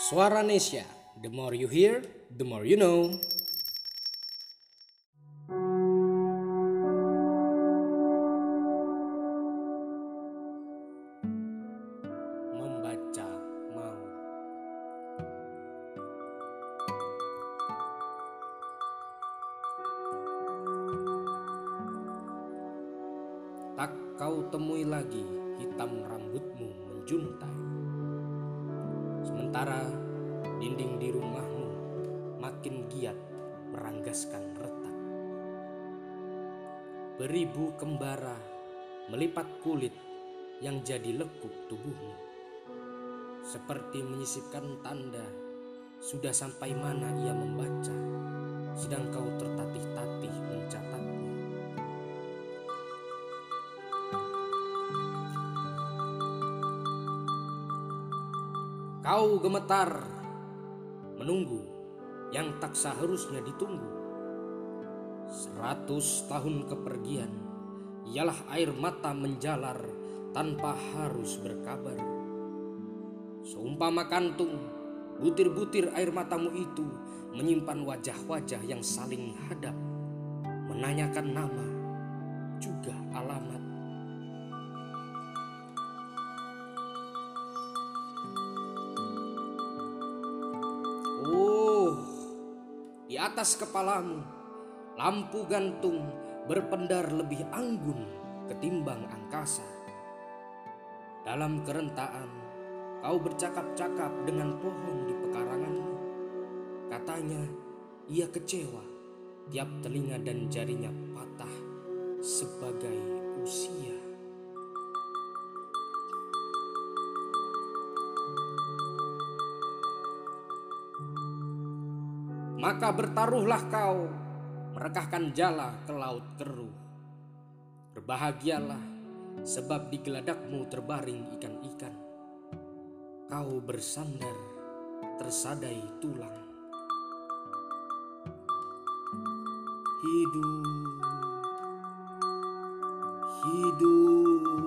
Suara Nesia, the more you hear, the more you know. Membaca mau. Tak kau temui lagi hitam rambutmu menjuntai. Sementara dinding di rumahmu makin giat meranggaskan retak. Beribu kembara melipat kulit yang jadi lekuk tubuhmu. Seperti menyisipkan tanda sudah sampai mana ia membaca, sedang kau tertatih-tatih mencatatnya. Kau gemetar menunggu yang tak seharusnya ditunggu. 100 tahun kepergian ialah air mata menjalar tanpa harus berkabar. Seumpama kantung, butir-butir air matamu itu menyimpan wajah-wajah yang saling hadap, menanyakan nama juga alamat. Di atas kepalamu, lampu gantung berpendar lebih anggun ketimbang angkasa. Dalam kerentaan, kau bercakap-cakap dengan pohon di pekaranganmu. Katanya, ia kecewa, tiap telinga dan jarinya patah sebagai usia. Maka bertaruhlah kau, merekahkan jala ke laut keruh. Berbahagialah, sebab di geladakmu terbaring ikan-ikan. Kau bersandar, tersadai tulang. Hidup, hidup.